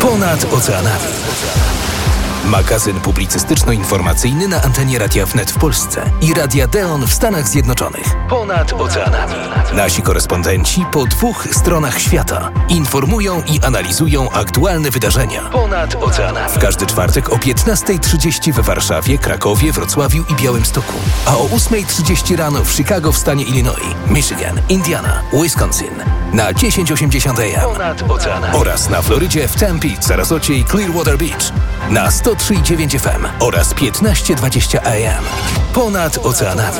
Ponad oceanami. Magazyn publicystyczno-informacyjny na antenie Radia Wnet w Polsce i Radia Deon w Stanach Zjednoczonych. Ponad oceanami. Nasi korespondenci po 2 stronach świata informują i analizują aktualne wydarzenia. Ponad oceanami. W każdy czwartek o 15:30 we Warszawie, Krakowie, Wrocławiu i Białymstoku. A o 8:30 rano w Chicago w stanie Illinois, Michigan, Indiana, Wisconsin. Na 1080 AM. Ponad oceanami. Oraz na Florydzie w Tempe, Sarasocie i Clearwater Beach. Na 103,9 FM oraz 15:20 AM. Ponad oceanami.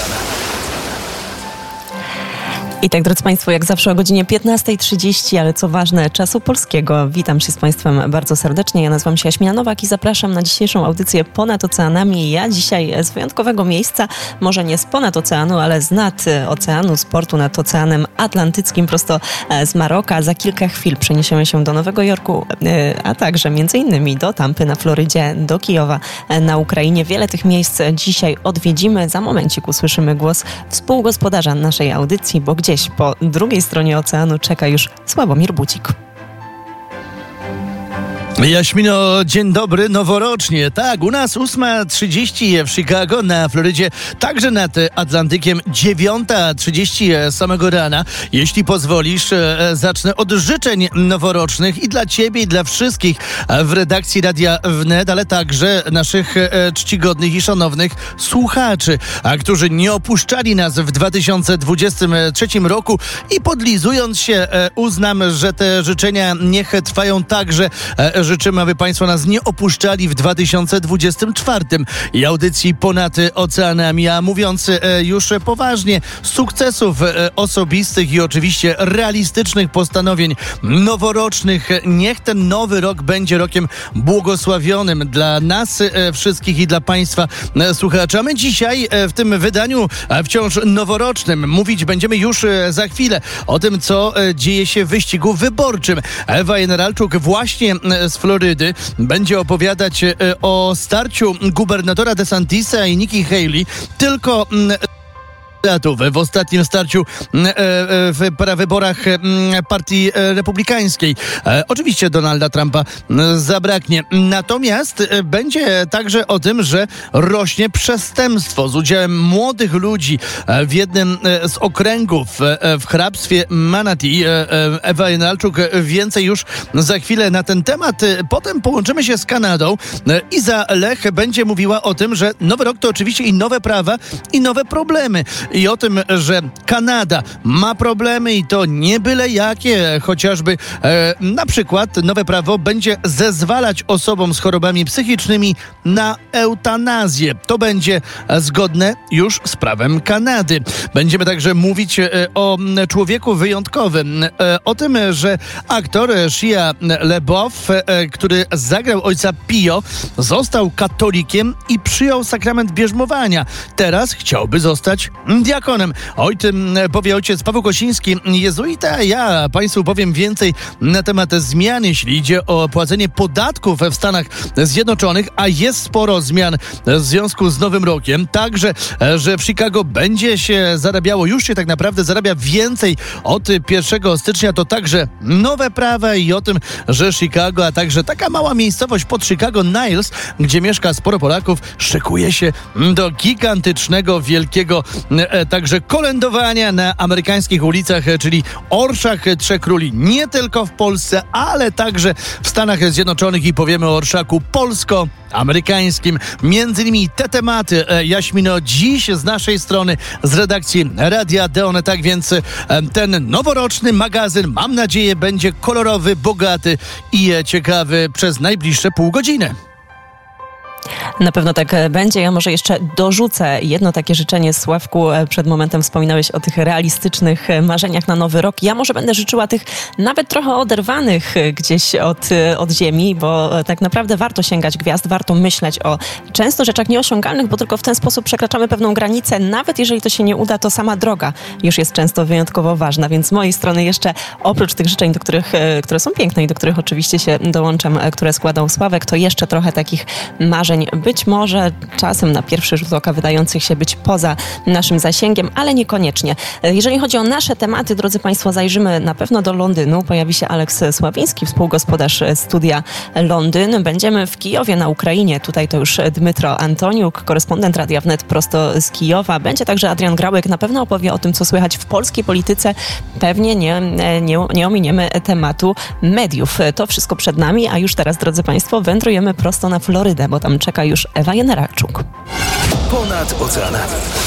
I tak, drodzy Państwo, jak zawsze o godzinie 15:30, ale co ważne, czasu polskiego. Witam się z Państwem bardzo serdecznie. Ja nazywam się Jaśmina Nowak i zapraszam na dzisiejszą audycję Ponad Oceanami. Ja dzisiaj z wyjątkowego miejsca, może nie z ponad oceanu, ale z nad oceanu, z portu nad Oceanem Atlantyckim, prosto z Maroka. Za kilka chwil przeniesiemy się do Nowego Jorku, a także między innymi do Tampy na Florydzie, do Kijowa na Ukrainie. Wiele tych miejsc dzisiaj odwiedzimy. Za momencik usłyszymy głos współgospodarza naszej audycji, bo gdzieś po drugiej stronie oceanu czeka już Sławomir Bucik. Jaśmino, dzień dobry, noworocznie. Tak, u nas 8:30 w Chicago na Florydzie, także nad Atlantykiem 9:30 samego rana. Jeśli pozwolisz, zacznę od życzeń noworocznych i dla Ciebie, i dla wszystkich w redakcji Radia Wnet, ale także naszych czcigodnych i szanownych słuchaczy, którzy nie opuszczali nas w 2023 roku i podlizując się, uznam, że te życzenia niech trwają także. Życzymy, aby Państwo nas nie opuszczali w 2024 i audycji Ponad Oceanami. A mówiąc już poważnie, sukcesów osobistych i oczywiście realistycznych postanowień noworocznych. Niech ten nowy rok będzie rokiem błogosławionym dla nas wszystkich i dla Państwa słuchaczy. A my dzisiaj w tym wydaniu wciąż noworocznym mówić będziemy już za chwilę o tym, co dzieje się w wyścigu wyborczym. Ewa Jeneralczuk właśnie z Florydy będzie opowiadać o starciu gubernatora DeSantisa i Nikki Haley. Tylko w ostatnim starciu w prawyborach partii republikańskiej. Oczywiście Donalda Trumpa zabraknie. Natomiast będzie także o tym, że rośnie przestępstwo z udziałem młodych ludzi w jednym z okręgów w hrabstwie Manatee. Ewa Jenalczuk więcej już za chwilę na ten temat. Potem połączymy się z Kanadą. Iza Lech będzie mówiła o tym, że nowy rok to oczywiście i nowe prawa, i nowe problemy. I o tym, że Kanada ma problemy i to nie byle jakie, chociażby na przykład nowe prawo będzie zezwalać osobom z chorobami psychicznymi na eutanazję. To będzie zgodne już z prawem Kanady. Będziemy także mówić o człowieku wyjątkowym, o tym, że aktor Shia LaBeouf, który zagrał ojca Pio, został katolikiem i przyjął sakrament bierzmowania. Teraz chciałby zostać diakonem. O tym powie ojciec Paweł Kosiński, jezuita. Ja Państwu powiem więcej na temat zmian, jeśli idzie o płacenie podatków w Stanach Zjednoczonych, a jest sporo zmian w związku z Nowym Rokiem. Także, że w Chicago będzie się zarabiało, już się tak naprawdę zarabia więcej od 1 stycznia. To także nowe prawa i o tym, że Chicago, a także taka mała miejscowość pod Chicago, Niles, gdzie mieszka sporo Polaków, szykuje się do gigantycznego, wielkiego także kolędowania na amerykańskich ulicach, czyli Orszak Trzech Króli. Nie tylko w Polsce, ale także w Stanach Zjednoczonych i powiemy o orszaku polsko-amerykańskim. Między innymi te tematy, Jaśmino, dziś z naszej strony, z redakcji Radia Deon. Tak więc ten noworoczny magazyn, mam nadzieję, będzie kolorowy, bogaty i ciekawy przez najbliższe pół godziny. Na pewno tak będzie. Ja może jeszcze dorzucę jedno takie życzenie. Sławku, przed momentem wspominałeś o tych realistycznych marzeniach na nowy rok. Ja może będę życzyła tych nawet trochę oderwanych gdzieś od ziemi, bo tak naprawdę warto sięgać gwiazd, warto myśleć o często rzeczach nieosiągalnych, bo tylko w ten sposób przekraczamy pewną granicę. Nawet jeżeli to się nie uda, to sama droga już jest często wyjątkowo ważna. Więc z mojej strony jeszcze oprócz tych życzeń, które są piękne i do których oczywiście się dołączam, które składał Sławek, to jeszcze trochę takich marzeń, by być może czasem na pierwszy rzut oka wydających się być poza naszym zasięgiem, ale niekoniecznie. Jeżeli chodzi o nasze tematy, drodzy Państwo, zajrzymy na pewno do Londynu. Pojawi się Aleks Sławiński, współgospodarz Studia Londyn. Będziemy w Kijowie na Ukrainie. Tutaj to już Dmytro Antoniuk, korespondent Radia Wnet prosto z Kijowa. Będzie także Adrian Grałek. Na pewno opowie o tym, co słychać w polskiej polityce. Pewnie nie ominiemy tematu mediów. To wszystko przed nami, a już teraz, drodzy Państwo, wędrujemy prosto na Florydę, bo tam czeka już Ewa Jeneralczuk. Ponad oceanami.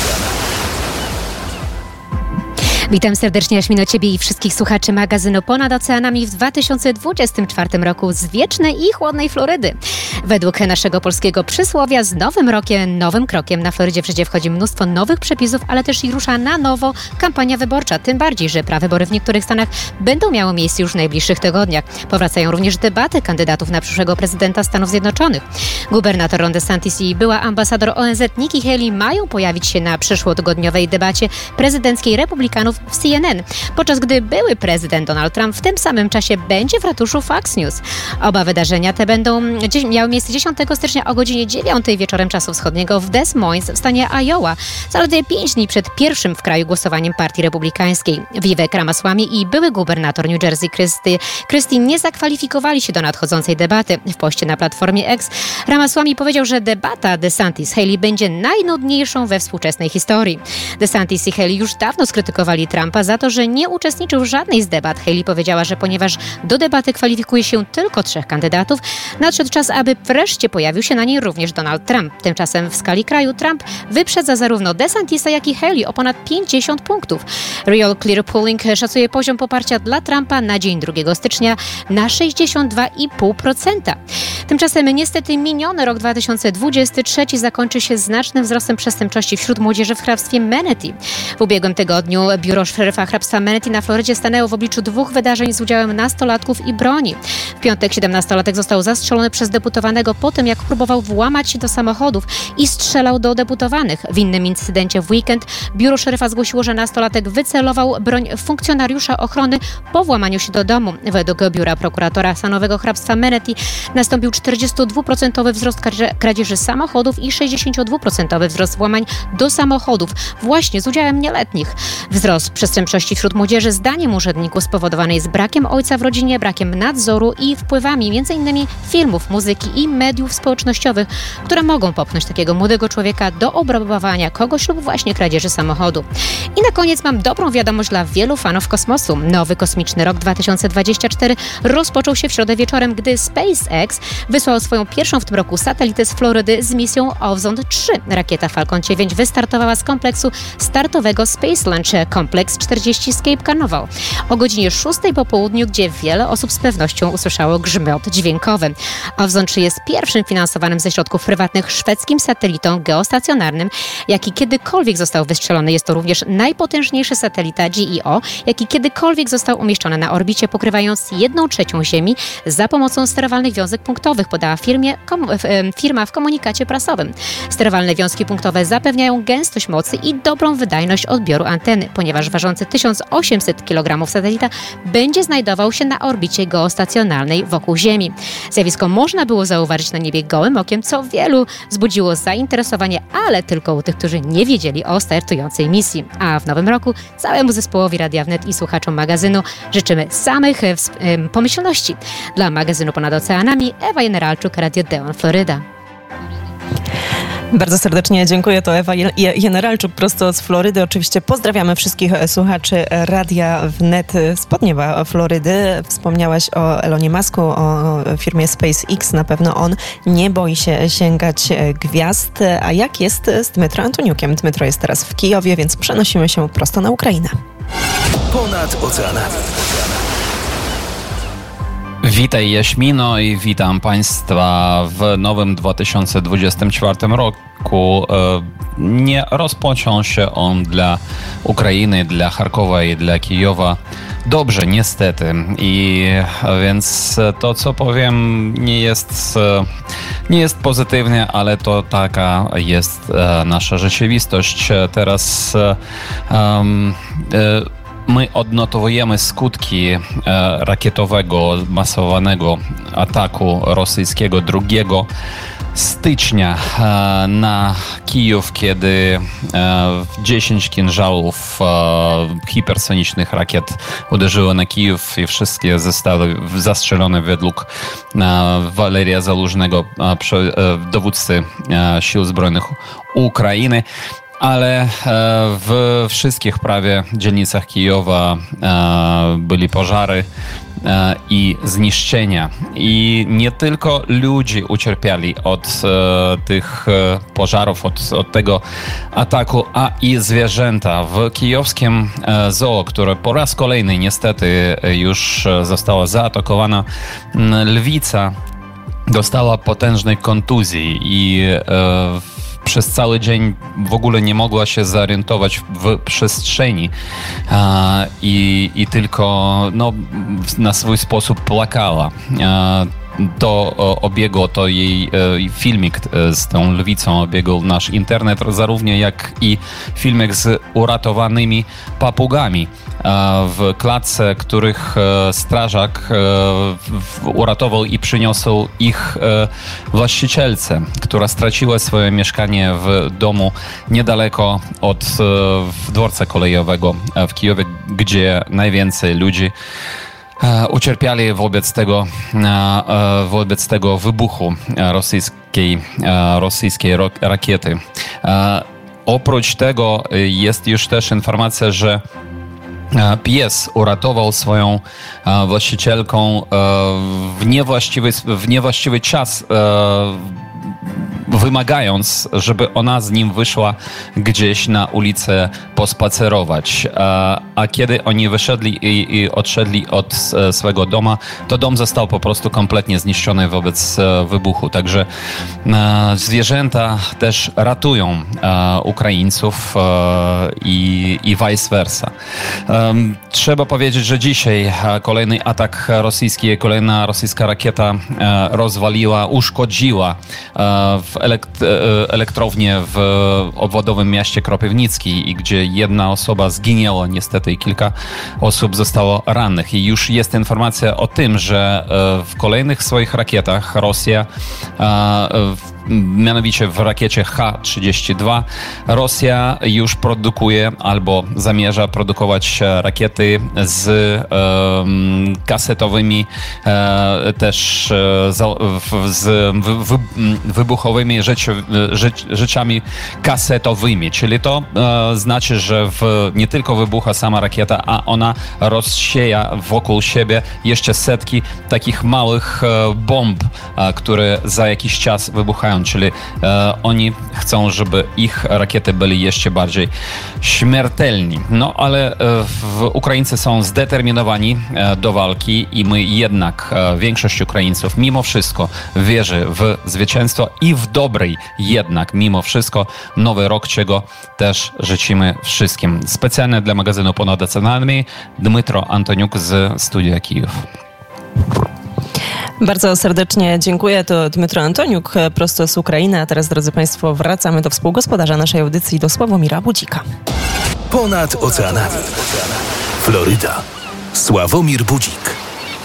Witam serdecznie, Jaśmino, Ciebie i wszystkich słuchaczy magazynu Ponad Oceanami w 2024 roku z wiecznej i chłodnej Florydy. Według naszego polskiego przysłowia z nowym rokiem, nowym krokiem na Florydzie w życie wchodzi mnóstwo nowych przepisów, ale też i rusza na nowo kampania wyborcza. Tym bardziej, że prawybory w niektórych stanach będą miały miejsce już w najbliższych tygodniach. Powracają również debaty kandydatów na przyszłego prezydenta Stanów Zjednoczonych. Gubernator Ron DeSantis i była ambasador ONZ Nikki Haley mają pojawić się na przyszłotygodniowej debacie prezydenckiej Republikanów w CNN, podczas gdy były prezydent Donald Trump w tym samym czasie będzie w ratuszu Fox News. Oba wydarzenia te będą miały miejsce 10 stycznia o godzinie 9 wieczorem czasu wschodniego w Des Moines w stanie Iowa, zaledwie 5 dni przed pierwszym w kraju głosowaniem Partii Republikańskiej. Vivek Ramaswamy i były gubernator New Jersey Christie nie zakwalifikowali się do nadchodzącej debaty. W poście na platformie X Ramaswamy powiedział, że debata DeSantis-Haley będzie najnudniejszą we współczesnej historii. DeSantis i Haley już dawno skrytykowali Trumpa za to, że nie uczestniczył w żadnej z debat. Haley powiedziała, że ponieważ do debaty kwalifikuje się tylko 3 kandydatów, nadszedł czas, aby wreszcie pojawił się na niej również Donald Trump. Tymczasem w skali kraju Trump wyprzedza zarówno DeSantisa, jak i Haley o ponad 50 punktów. Real Clear Polling szacuje poziom poparcia dla Trumpa na dzień 2 stycznia na 62,5%. Tymczasem niestety miniony rok 2023 zakończy się znacznym wzrostem przestępczości wśród młodzieży w hrabstwie Manatee. W ubiegłym tygodniu biuro szeryfa hrabstwa Manatee na Florydzie stanęło w obliczu 2 wydarzeń z udziałem nastolatków i broni. W piątek 17-latek został zastrzelony przez deputowanego po tym, jak próbował włamać się do samochodów i strzelał do deputowanych. W innym incydencie w weekend biuro szeryfa zgłosiło, że nastolatek wycelował broń funkcjonariusza ochrony po włamaniu się do domu. Według biura prokuratora stanowego hrabstwa Manatee nastąpił 42% wzrost kradzieży samochodów i 62% wzrost włamań do samochodów właśnie z udziałem nieletnich. Wzrost przestępczości wśród młodzieży zdaniem urzędników spowodowany jest brakiem ojca w rodzinie, brakiem nadzoru i wpływami m.in. filmów, muzyki i mediów społecznościowych, które mogą popchnąć takiego młodego człowieka do obrabowania kogoś lub właśnie kradzieży samochodu. I na koniec mam dobrą wiadomość dla wielu fanów kosmosu. Nowy kosmiczny rok 2024 rozpoczął się w środę wieczorem, gdy SpaceX wysłał swoją pierwszą w tym roku satelitę z Florydy z misją Ovzond 3. Rakieta Falcon 9 wystartowała z kompleksu startowego Space Launch Complex 40 z Cape Canaveral o godzinie 6 po południu, gdzie wiele osób z pewnością usłyszało grzmiot dźwiękowy. Ovzond 3 jest pierwszym finansowanym ze środków prywatnych szwedzkim satelitą geostacjonarnym, jaki kiedykolwiek został wystrzelony. Jest to również najpotężniejszy satelita GEO, jaki kiedykolwiek został umieszczony na orbicie, pokrywając 1/3 Ziemi za pomocą sterowalnych wiązek punktowych, podała firma w komunikacie prasowym. Sterowalne wiązki punktowe zapewniają gęstość mocy i dobrą wydajność odbioru anteny, ponieważ ważący 1800 kg satelita będzie znajdował się na orbicie geostacjonarnej wokół Ziemi. Zjawisko można było zauważyć na niebie gołym okiem, co wielu wzbudziło zainteresowanie, ale tylko u tych, którzy nie wiedzieli o startującej misji. A w nowym roku całemu zespołowi Radia Wnet i słuchaczom magazynu życzymy samych pomyślności. Dla magazynu Ponad Oceanami Ewa Jeneralczuk, Radio Deon, Floryda. Bardzo serdecznie dziękuję. To Ewa Jeneralczuk prosto z Florydy. Oczywiście pozdrawiamy wszystkich słuchaczy Radia Wnet spod nieba Florydy. Wspomniałaś o Elonie Musku, o firmie SpaceX. Na pewno on nie boi się sięgać gwiazd. A jak jest z Dmytro Antoniukiem? Dmytro jest teraz w Kijowie, więc przenosimy się prosto na Ukrainę. Ponad oceanami. Witaj Jaśmino i witam Państwa w nowym 2024 roku. Nie rozpoczął się on dla Ukrainy, dla Charkowa i dla Kijowa dobrze, niestety. I więc to, co powiem, nie jest pozytywnie, ale to taka jest nasza rzeczywistość. Teraz my odnotowujemy skutki rakietowego, masowanego ataku rosyjskiego, drugiego stycznia na Kijów, kiedy 10 kinżałów hipersonicznych rakiet uderzyło na Kijów i wszystkie zostały zastrzelone według Waleria Zalużnego, dowódcy Sił Zbrojnych Ukrainy. Ale w wszystkich prawie dzielnicach Kijowa byli pożary i zniszczenia. I nie tylko ludzie ucierpieli od tych pożarów, od tego ataku, a i zwierzęta. W kijowskim zoo, które po raz kolejny niestety już została zaatakowana, lwica dostała potężnej kontuzji i przez cały dzień w ogóle nie mogła się zorientować w przestrzeni i tylko na swój sposób płakała. To jej filmik z tą lwicą obiegł nasz internet, zarówno jak i filmik z uratowanymi papugami w klatce, których strażak uratował i przyniósł ich właścicielce, która straciła swoje mieszkanie w domu niedaleko od dworca kolejowego w Kijowie, gdzie najwięcej ludzi ucierpieli wobec tego wybuchu rosyjskiej rakiety. Oprócz tego jest już też informacja, że pies uratował swoją właścicielkę w niewłaściwy czas, wymagając, żeby ona z nim wyszła gdzieś na ulicę pospacerować. A kiedy oni wyszedli i odszedli od swego domu, to dom został po prostu kompletnie zniszczony wobec wybuchu. Także zwierzęta też ratują Ukraińców i vice versa. Trzeba powiedzieć, że dzisiaj kolejny atak rosyjski, kolejna rosyjska rakieta uszkodziła w elektrownię w obwodowym mieście Kropiwnicki, i gdzie jedna osoba zginęła niestety i kilka osób zostało rannych. I już jest informacja o tym, że w kolejnych swoich rakietach Rosja, mianowicie w rakiecie H-32, Rosja już produkuje albo zamierza produkować rakiety z kasetowymi też z wybuchowymi rzeczami kasetowymi. Czyli to znaczy, że nie tylko wybucha sama rakieta, a ona rozsieja wokół siebie jeszcze setki takich małych bomb, które za jakiś czas wybuchają. Czyli oni chcą, żeby ich rakiety były jeszcze bardziej śmiertelni. No ale Ukraińcy są zdeterminowani do walki i my jednak, większość Ukraińców mimo wszystko wierzy w zwycięstwo i w dobrej jednak mimo wszystko nowy rok, czego też życzymy wszystkim. Specjalnie dla magazynu Ponad Oceanami Dmytro Antoniuk z studia Kijów. Bardzo serdecznie dziękuję. To Dmytro Antoniuk prosto z Ukrainy. A teraz, drodzy Państwo, wracamy do współgospodarza naszej audycji, do Sławomira Budzika. Ponad oceanami. Floryda. Sławomir Budzik.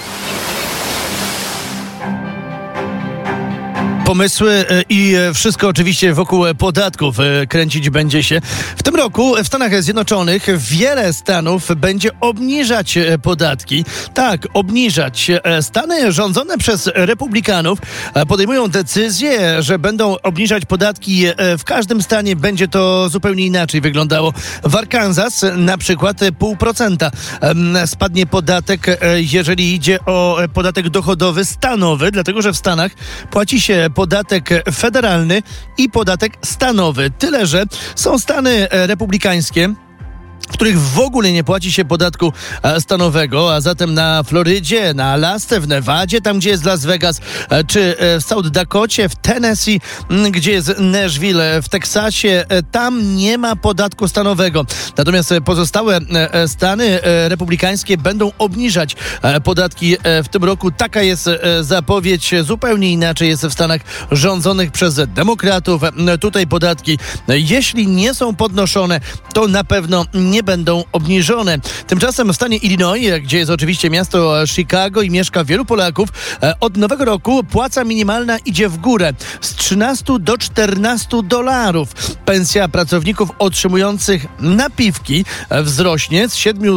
Pomysły i wszystko oczywiście wokół podatków kręcić będzie się. W tym roku w Stanach Zjednoczonych wiele stanów będzie obniżać podatki. Tak, obniżać. Stany rządzone przez republikanów podejmują decyzję, że będą obniżać podatki. W każdym stanie będzie to zupełnie inaczej wyglądało. W Arkansas na przykład 0,5% spadnie podatek, jeżeli idzie o podatek dochodowy stanowy, dlatego że w Stanach płaci się podatek federalny i podatek stanowy. Tyle, że są stany republikańskie, w których w ogóle nie płaci się podatku stanowego, a zatem na Florydzie, na Alasce, w Nevadzie, tam gdzie jest Las Vegas, czy w South Dakocie, w Tennessee, gdzie jest Nashville, w Teksasie, tam nie ma podatku stanowego. Natomiast pozostałe stany republikańskie będą obniżać podatki w tym roku. Taka jest zapowiedź. Zupełnie inaczej jest w stanach rządzonych przez demokratów. Tutaj podatki, jeśli nie są podnoszone, to na pewno nie będą obniżone. Tymczasem w stanie Illinois, gdzie jest oczywiście miasto Chicago i mieszka wielu Polaków, od nowego roku płaca minimalna idzie w górę z $13 do $14. Pensja pracowników otrzymujących napiwki wzrośnie z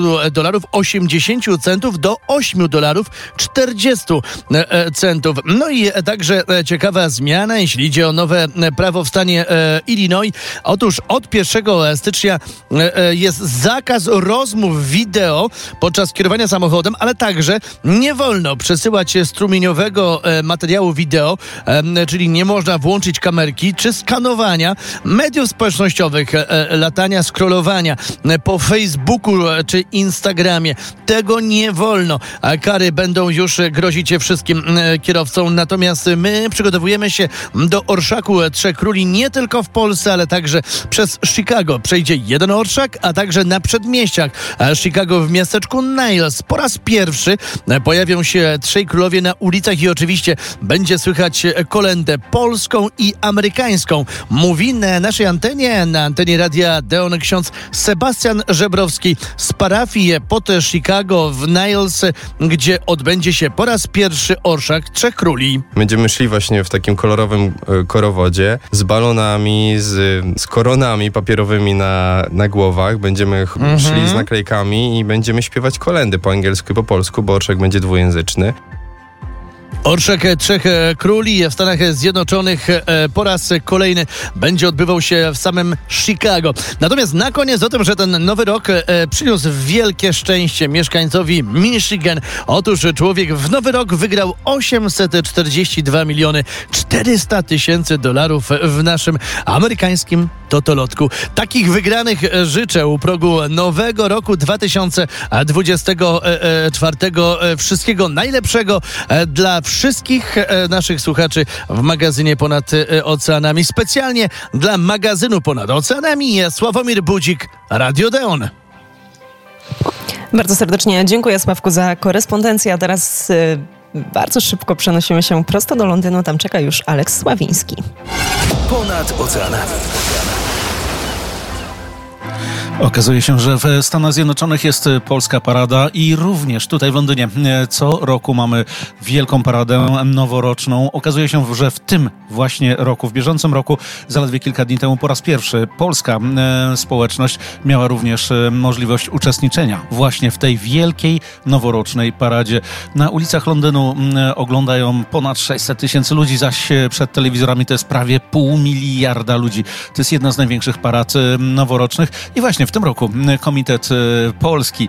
$7.80 do $8.40. No i także ciekawa zmiana, jeśli idzie o nowe prawo w stanie Illinois. Otóż od 1 stycznia jest zakaz rozmów wideo podczas kierowania samochodem, ale także nie wolno przesyłać strumieniowego materiału wideo, czyli nie można włączyć kamerki czy skanowania mediów społecznościowych, latania, scrollowania po Facebooku czy Instagramie. Tego nie wolno. A kary będą już grozić wszystkim kierowcom. Natomiast my przygotowujemy się do orszaku Trzech Króli nie tylko w Polsce, ale także przez Chicago. Przejdzie jeden orszak, a także na przedmieściach Chicago w miasteczku Niles. Po raz pierwszy pojawią się Trzej Królowie na ulicach i oczywiście będzie słychać kolędę polską i amerykańską. Mówi na naszej antenie, na antenie Radia Deon, ksiądz Sebastian Żebrowski z parafii pod Chicago w Niles, gdzie odbędzie się po raz pierwszy orszak Trzech Króli. Będziemy szli właśnie w takim kolorowym korowodzie z balonami, z koronami papierowymi na głowach. Będziemy szli z naklejkami i będziemy śpiewać kolędy po angielsku i po polsku, bo orszak będzie dwujęzyczny. Orszak Trzech Króli w Stanach Zjednoczonych po raz kolejny będzie odbywał się w samym Chicago. Natomiast na koniec o tym, że ten nowy rok przyniósł wielkie szczęście mieszkańcowi Michigan. Otóż człowiek w nowy rok wygrał $842 400 000 w naszym amerykańskim totolotku. Takich wygranych życzę u progu nowego roku 2024. Wszystkiego najlepszego dla wszystkich naszych słuchaczy w magazynie Ponad Oceanami. Specjalnie dla magazynu Ponad Oceanami Sławomir Budzik, Radio Deon. Bardzo serdecznie dziękuję, Sławku, za korespondencję. A teraz bardzo szybko przenosimy się prosto do Londynu. Tam czeka już Aleks Sławiński. Ponad Oceanami. Okazuje się, że w Stanach Zjednoczonych jest polska parada i również tutaj w Londynie co roku mamy wielką paradę noworoczną. Okazuje się, że w tym właśnie roku, w bieżącym roku, zaledwie kilka dni temu po raz pierwszy polska społeczność miała również możliwość uczestniczenia właśnie w tej wielkiej noworocznej paradzie. Na ulicach Londynu oglądają ponad 600 000 ludzi, zaś przed telewizorami to jest prawie 500 000 ludzi. To jest jedna z największych parad noworocznych i właśnie w tym roku Komitet Polski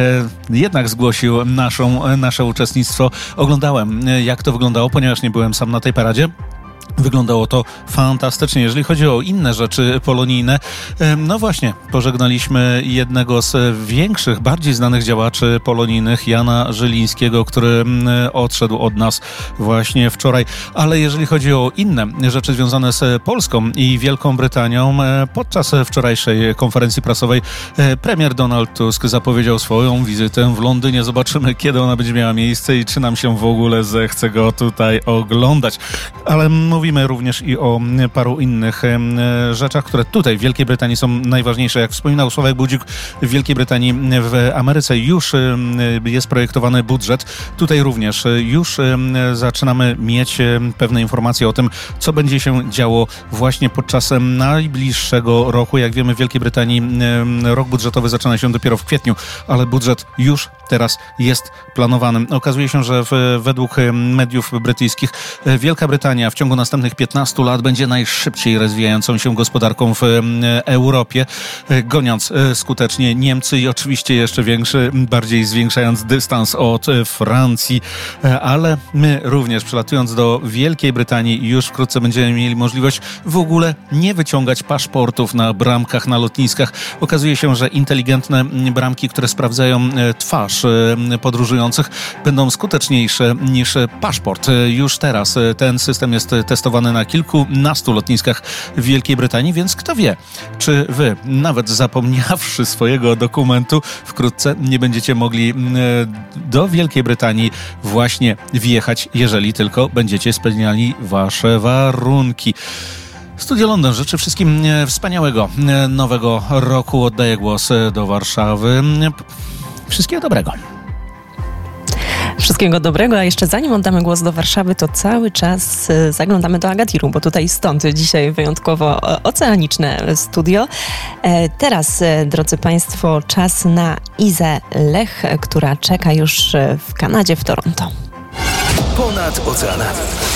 jednak zgłosił nasze uczestnictwo. Oglądałem, jak to wyglądało, ponieważ nie byłem sam na tej paradzie. Wyglądało to fantastycznie. Jeżeli chodzi o inne rzeczy polonijne, no właśnie, pożegnaliśmy jednego z większych, bardziej znanych działaczy polonijnych, Jana Żylińskiego, który odszedł od nas właśnie wczoraj. Ale jeżeli chodzi o inne rzeczy związane z Polską i Wielką Brytanią, podczas wczorajszej konferencji prasowej premier Donald Tusk zapowiedział swoją wizytę w Londynie. Zobaczymy, kiedy ona będzie miała miejsce i czy nam się w ogóle zechce go tutaj oglądać. Ale mówimy również i o paru innych rzeczach, które tutaj w Wielkiej Brytanii są najważniejsze. Jak wspominał Sławek Budzik, w Wielkiej Brytanii, w Ameryce już jest projektowany budżet. Tutaj również już zaczynamy mieć pewne informacje o tym, co będzie się działo właśnie podczas najbliższego roku. Jak wiemy, w Wielkiej Brytanii rok budżetowy zaczyna się dopiero w kwietniu, ale budżet już teraz jest planowany. Okazuje się, że według mediów brytyjskich Wielka Brytania w ciągu następnych 15 lat będzie najszybciej rozwijającą się gospodarką w Europie, goniąc skutecznie Niemcy i oczywiście jeszcze większy, bardziej zwiększając dystans od Francji, ale my również przylatując do Wielkiej Brytanii już wkrótce będziemy mieli możliwość w ogóle nie wyciągać paszportów na bramkach, na lotniskach. Okazuje się, że inteligentne bramki, które sprawdzają twarz podróżujących, będą skuteczniejsze niż paszport. Już teraz ten system jest testowany na kilkunastu lotniskach w Wielkiej Brytanii, więc kto wie, czy wy, nawet zapomniawszy swojego dokumentu, wkrótce nie będziecie mogli do Wielkiej Brytanii właśnie wjechać, jeżeli tylko będziecie spełniali wasze warunki. Studio Londyn życzy wszystkim wspaniałego nowego roku. Oddaję głos do Warszawy. Wszystkiego dobrego. Wszystkiego dobrego, a jeszcze zanim oddamy głos do Warszawy, to cały czas zaglądamy do Agatiru, bo tutaj stąd dzisiaj wyjątkowo oceaniczne studio. Teraz, drodzy Państwo, czas na Izę Lech, która czeka już w Kanadzie, w Toronto. Ponad oceanami.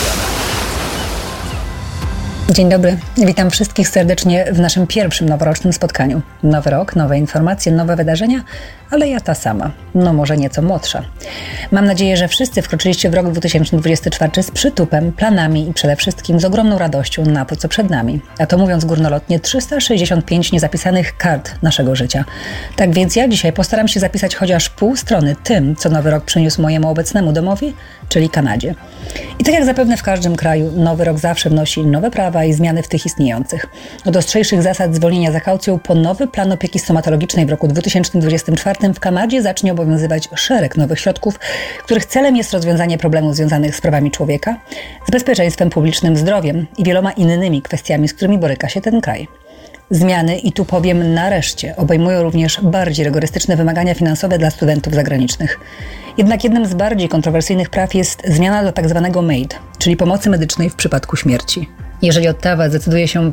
Dzień dobry, witam wszystkich serdecznie w naszym pierwszym noworocznym spotkaniu. Nowy rok, nowe informacje, nowe wydarzenia, ale ja ta sama, no może nieco młodsza. Mam nadzieję, że wszyscy wkroczyliście w rok 2024 z przytupem, planami i przede wszystkim z ogromną radością na to, co przed nami. A to mówiąc górnolotnie, 365 niezapisanych kart naszego życia. Tak więc ja dzisiaj postaram się zapisać chociaż pół strony tym, co nowy rok przyniósł mojemu obecnemu domowi, czyli Kanadzie. I tak jak zapewne w każdym kraju, nowy rok zawsze wnosi nowe prawa i zmiany w tych istniejących. Od ostrzejszych zasad zwolnienia za kaucją po nowy plan opieki stomatologicznej w roku 2024 w Kanadzie zacznie obowiązywać szereg nowych środków, których celem jest rozwiązanie problemów związanych z prawami człowieka, z bezpieczeństwem publicznym, zdrowiem i wieloma innymi kwestiami, z którymi boryka się ten kraj. Zmiany, i tu powiem nareszcie, obejmują również bardziej rygorystyczne wymagania finansowe dla studentów zagranicznych. Jednak jednym z bardziej kontrowersyjnych praw jest zmiana do tzw. MAID, czyli pomocy medycznej w przypadku śmierci. Jeżeli Ottawa zdecyduje się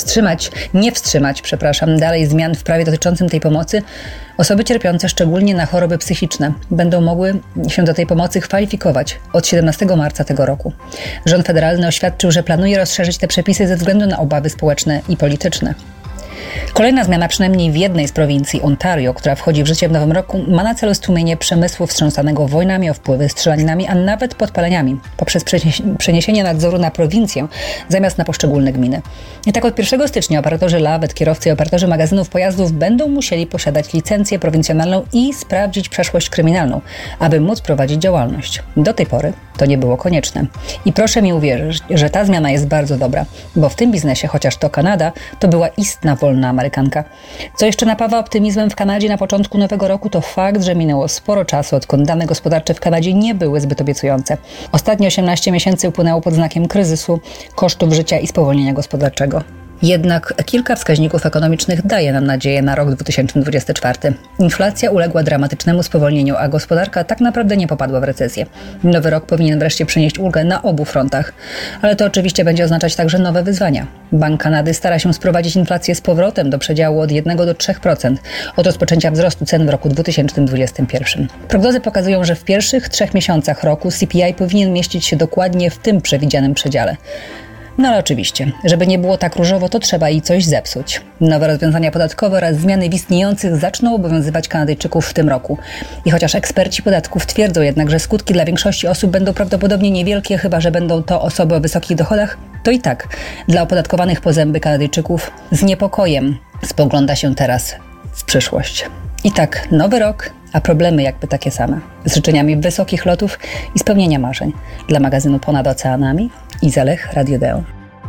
nie wstrzymać dalej zmian w prawie dotyczącym tej pomocy, osoby cierpiące szczególnie na choroby psychiczne będą mogły się do tej pomocy kwalifikować od 17 marca tego roku. Rząd federalny oświadczył, że planuje rozszerzyć te przepisy ze względu na obawy społeczne i polityczne. Kolejna zmiana, przynajmniej w jednej z prowincji Ontario, która wchodzi w życie w nowym roku, ma na celu stłumienie przemysłu wstrząsanego wojnami o wpływy, strzelaninami, a nawet podpaleniami, poprzez przeniesienie nadzoru na prowincję zamiast na poszczególne gminy. I tak od 1 stycznia operatorzy lawet, kierowcy i operatorzy magazynów pojazdów będą musieli posiadać licencję prowincjonalną i sprawdzić przeszłość kryminalną, aby móc prowadzić działalność. Do tej pory to nie było konieczne. I proszę mi uwierzyć, że ta zmiana jest bardzo dobra, bo w tym biznesie, chociaż to Kanada, to była istna wolna Amerykanka. Co jeszcze napawa optymizmem w Kanadzie na początku nowego roku, to fakt, że minęło sporo czasu, odkąd dane gospodarcze w Kanadzie nie były zbyt obiecujące. Ostatnie 18 miesięcy upłynęło pod znakiem kryzysu, kosztów życia i spowolnienia gospodarczego. Jednak kilka wskaźników ekonomicznych daje nam nadzieję na rok 2024. Inflacja uległa dramatycznemu spowolnieniu, a gospodarka tak naprawdę nie popadła w recesję. Nowy rok powinien wreszcie przynieść ulgę na obu frontach. Ale to oczywiście będzie oznaczać także nowe wyzwania. Bank Kanady stara się sprowadzić inflację z powrotem do przedziału od 1 do 3% od rozpoczęcia wzrostu cen w roku 2021. Prognozy pokazują, że w pierwszych 3 miesiącach roku CPI powinien mieścić się dokładnie w tym przewidzianym przedziale. No ale oczywiście, żeby nie było tak różowo, to trzeba i coś zepsuć. Nowe rozwiązania podatkowe oraz zmiany w istniejących zaczną obowiązywać Kanadyjczyków w tym roku. I chociaż eksperci podatków twierdzą jednak, że skutki dla większości osób będą prawdopodobnie niewielkie, chyba że będą to osoby o wysokich dochodach, to i tak dla opodatkowanych po zęby Kanadyjczyków z niepokojem spogląda się teraz w przyszłość. I tak, nowy rok, a problemy jakby takie same. Z życzeniami wysokich lotów i spełnienia marzeń. Dla magazynu Ponad Oceanami, Iza Lech, Radio Deo.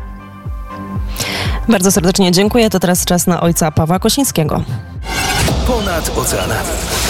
Bardzo serdecznie dziękuję. To teraz czas na ojca Pawła Kosińskiego. Ponad oceanami.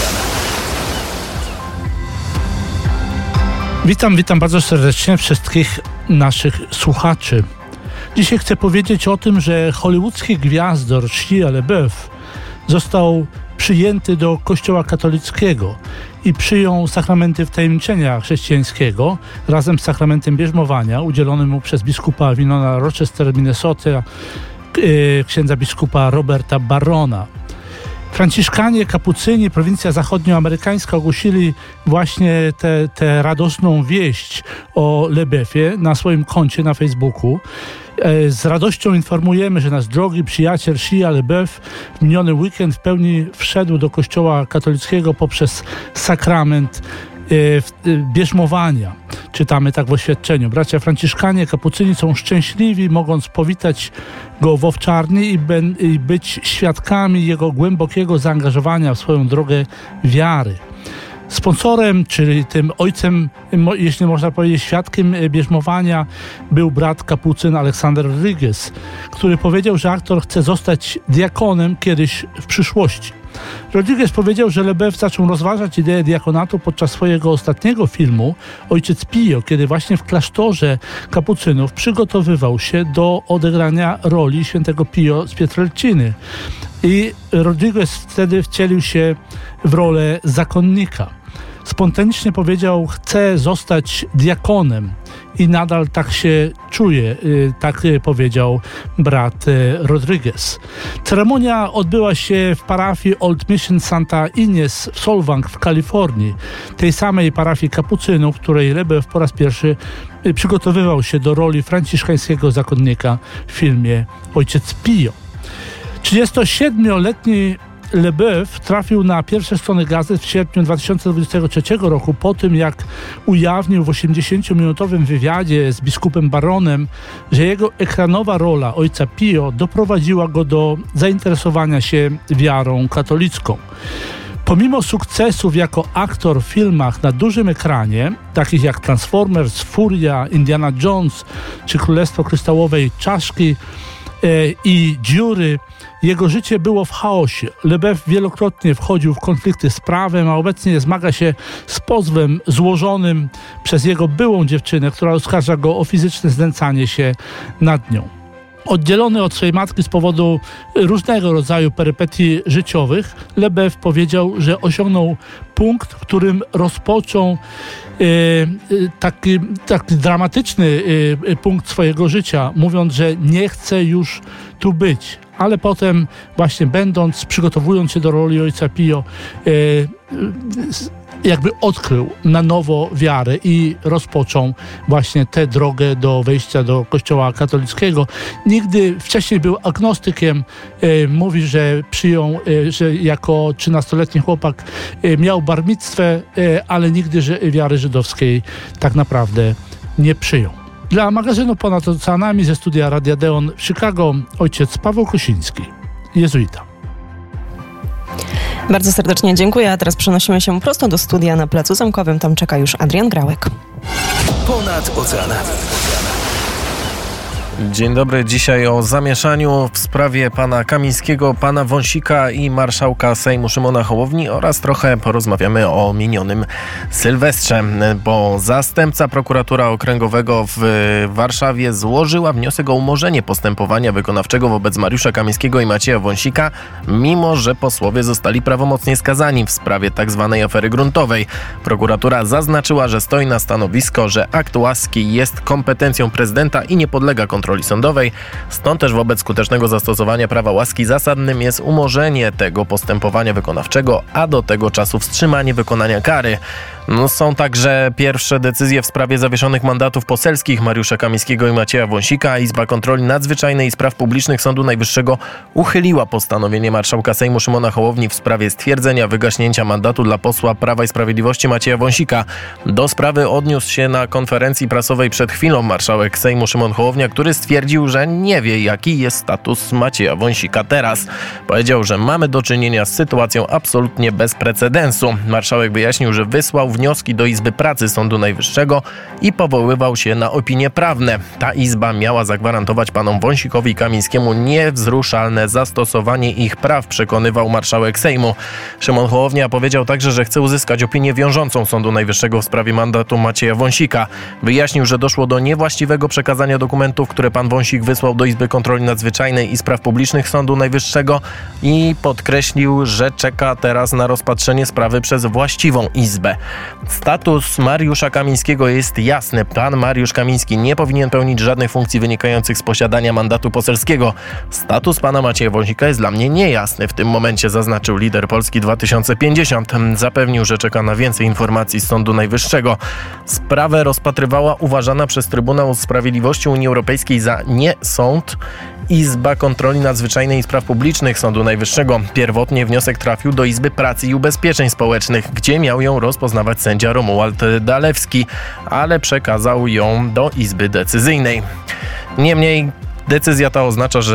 Witam bardzo serdecznie wszystkich naszych słuchaczy. Dzisiaj chcę powiedzieć o tym, że hollywoodzki gwiazdor Shia LaBeouf został przyjęty do Kościoła katolickiego i przyjął sakramenty wtajemniczenia chrześcijańskiego razem z sakramentem bierzmowania udzielonym mu przez biskupa Winona Rochester, Minnesota, księdza biskupa Roberta Barrona. Franciszkanie, kapucyni, prowincja zachodnioamerykańska ogłosili właśnie tę radosną wieść o LaBeoufie na swoim koncie na Facebooku. Z radością informujemy, że nasz drogi przyjaciel Shia LaBeouf w miniony weekend w pełni wszedł do kościoła katolickiego poprzez sakrament bierzmowania. Czytamy tak w oświadczeniu. Bracia franciszkanie, kapucyni są szczęśliwi, mogąc powitać go w owczarni i być świadkami jego głębokiego zaangażowania w swoją drogę wiary. Sponsorem, czyli tym ojcem, jeśli można powiedzieć, świadkiem bierzmowania, był brat kapucyn Aleksander Rodriguez, który powiedział, że aktor chce zostać diakonem kiedyś w przyszłości. Rodriguez powiedział, że LeBeouf zaczął rozważać ideę diakonatu podczas swojego ostatniego filmu Ojciec Pio, kiedy właśnie w klasztorze kapucynów przygotowywał się do odegrania roli świętego Pio z Pietrelciny. I Rodriguez wtedy wcielił się w rolę zakonnika. Spontanicznie powiedział, chce zostać diakonem i nadal tak się czuje, tak powiedział brat Rodriguez. Ceremonia odbyła się w parafii Old Mission Santa Ines w Solvang w Kalifornii, tej samej parafii kapucynów, w której LeBeouf po raz pierwszy przygotowywał się do roli franciszkańskiego zakonnika w filmie Ojciec Pio. 37-letni LeBeouf trafił na pierwsze strony gazet w sierpniu 2023 roku po tym, jak ujawnił w 80-minutowym wywiadzie z biskupem Baronem, że jego ekranowa rola Ojca Pio doprowadziła go do zainteresowania się wiarą katolicką. Pomimo sukcesów jako aktor w filmach na dużym ekranie, takich jak Transformers, Furia, Indiana Jones czy Królestwo Kryształowej Czaszki i Dziury, jego życie było w chaosie. LeBeouf wielokrotnie wchodził w konflikty z prawem, a obecnie zmaga się z pozwem złożonym przez jego byłą dziewczynę, która oskarża go o fizyczne znęcanie się nad nią. Oddzielony od swojej matki z powodu różnego rodzaju perypetii życiowych, LeBeouf powiedział, że osiągnął punkt, w którym rozpoczął taki dramatyczny punkt swojego życia, mówiąc, że nie chce już tu być. Ale potem właśnie przygotowując się do roli Ojca Pio, jakby odkrył na nowo wiarę i rozpoczął właśnie tę drogę do wejścia do Kościoła katolickiego. Nigdy wcześniej był agnostykiem. Mówi, że przyjął, że jako 13-letni chłopak miał bar micwę, ale nigdy wiary żydowskiej tak naprawdę nie przyjął. Dla magazynu Ponad Oceanami ze studia Radia Deon w Chicago ojciec Paweł Kosiński, jezuita. Bardzo serdecznie dziękuję, a teraz przenosimy się prosto do studia na Placu Zamkowym. Tam czeka już Adrian Grałek. Ponad Oceanami. Dzień dobry. Dzisiaj o zamieszaniu w sprawie pana Kamińskiego, pana Wąsika i marszałka Sejmu Szymona Hołowni oraz trochę porozmawiamy o minionym Sylwestrze, bo zastępca prokuratora okręgowego w Warszawie złożyła wniosek o umorzenie postępowania wykonawczego wobec Mariusza Kamińskiego i Macieja Wąsika, mimo że posłowie zostali prawomocnie skazani w sprawie tzw. afery gruntowej. Prokuratura zaznaczyła, że stoi na stanowisko, że akt łaski jest kompetencją prezydenta i nie podlega kontroli sądowej. Stąd też wobec skutecznego zastosowania prawa łaski zasadnym jest umorzenie tego postępowania wykonawczego, a do tego czasu wstrzymanie wykonania kary. Są także pierwsze decyzje w sprawie zawieszonych mandatów poselskich Mariusza Kamińskiego i Macieja Wąsika. Izba Kontroli Nadzwyczajnej i Spraw Publicznych Sądu Najwyższego uchyliła postanowienie marszałka Sejmu Szymona Hołowni w sprawie stwierdzenia wygaśnięcia mandatu dla posła Prawa i Sprawiedliwości Macieja Wąsika. Do sprawy odniósł się na konferencji prasowej przed chwilą marszałek Sejmu Szymon Hołownia, który stwierdził, że nie wie, jaki jest status Macieja Wąsika teraz. Powiedział, że mamy do czynienia z sytuacją absolutnie bez precedensu. Marszałek wyjaśnił, że wysłał wnioski do Izby Pracy Sądu Najwyższego i powoływał się na opinie prawne. Ta izba miała zagwarantować panom Wąsikowi i Kamińskiemu niewzruszalne zastosowanie ich praw, przekonywał marszałek Sejmu. Szymon Hołownia powiedział także, że chce uzyskać opinię wiążącą Sądu Najwyższego w sprawie mandatu Macieja Wąsika. Wyjaśnił, że doszło do niewłaściwego przekazania dokumentów, które pan Wąsik wysłał do Izby Kontroli Nadzwyczajnej i Spraw Publicznych Sądu Najwyższego i podkreślił, że czeka teraz na rozpatrzenie sprawy przez właściwą izbę. Status Mariusza Kamińskiego jest jasny. Pan Mariusz Kamiński nie powinien pełnić żadnych funkcji wynikających z posiadania mandatu poselskiego. Status pana Macieja Wąsika jest dla mnie niejasny w tym momencie, zaznaczył lider Polski 2050. Zapewnił, że czeka na więcej informacji z Sądu Najwyższego. Sprawę rozpatrywała uważana przez Trybunał Sprawiedliwości Unii Europejskiej za nie sąd Izba Kontroli Nadzwyczajnej i Spraw Publicznych Sądu Najwyższego. Pierwotnie wniosek trafił do Izby Pracy i Ubezpieczeń Społecznych, gdzie miał ją rozpoznawać sędzia Romuald Dalewski, ale przekazał ją do Izby Decyzyjnej. Niemniej decyzja ta oznacza, że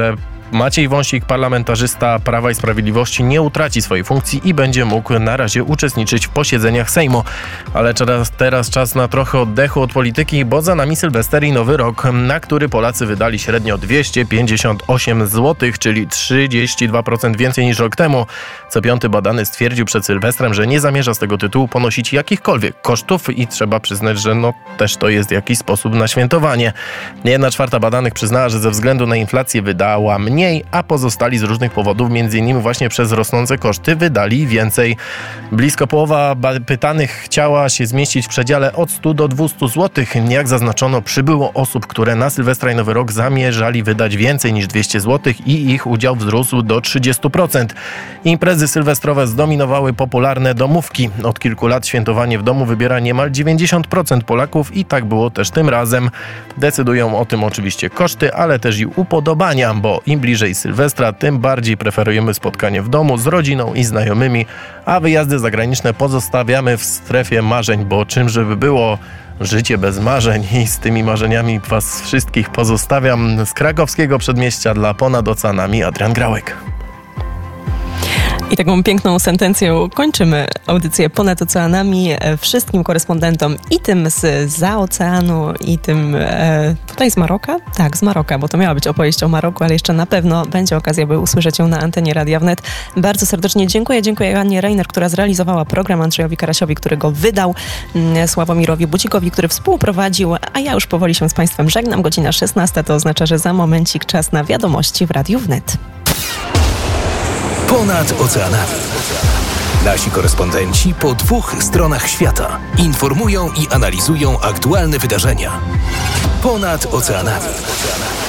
Maciej Wąsik, parlamentarzysta Prawa i Sprawiedliwości, nie utraci swojej funkcji i będzie mógł na razie uczestniczyć w posiedzeniach Sejmu. Ale teraz czas na trochę oddechu od polityki, bo za nami Sylwester i Nowy Rok, na który Polacy wydali średnio 258 zł, czyli 32% więcej niż rok temu. Co piąty badany stwierdził przed Sylwestrem, że nie zamierza z tego tytułu ponosić jakichkolwiek kosztów i trzeba przyznać, że też to jest jakiś sposób na świętowanie. 1/4 badanych przyznała, że ze względu na inflację wydała mniej, a pozostali z różnych powodów, m.in. właśnie przez rosnące koszty, wydali więcej. Blisko połowa pytanych chciała się zmieścić w przedziale od 100 do 200 zł. Jak zaznaczono, przybyło osób, które na Sylwestra i Nowy Rok zamierzali wydać więcej niż 200 zł i ich udział wzrósł do 30%. Imprezy sylwestrowe zdominowały popularne domówki. Od kilku lat świętowanie w domu wybiera niemal 90% Polaków i tak było też tym razem. Decydują o tym oczywiście koszty, ale też i upodobania, bo im bliżej Sylwestra, tym bardziej preferujemy spotkanie w domu z rodziną i znajomymi, a wyjazdy zagraniczne pozostawiamy w strefie marzeń, bo czymże by było życie bez marzeń i z tymi marzeniami was wszystkich pozostawiam. Z krakowskiego przedmieścia dla Ponad Oceanami Adrian Grałek. I taką piękną sentencją kończymy audycję Ponad Oceanami. Wszystkim korespondentom i tym zza oceanu, i tym tutaj z Maroka? Tak, z Maroka, bo to miała być opowieść o Maroku, ale jeszcze na pewno będzie okazja, by usłyszeć ją na antenie Radia Wnet. Bardzo serdecznie dziękuję. Dziękuję Joannie Reiner, która zrealizowała program, Andrzejowi Karasiowi, który go wydał, Sławomirowi Bucikowi, który współprowadził, a ja już powoli się z Państwem żegnam. Godzina 16 to oznacza, że za momencik czas na wiadomości w Radiu Wnet. Ponad oceanami. Nasi korespondenci po 2 stronach świata informują i analizują aktualne wydarzenia. Ponad oceanami.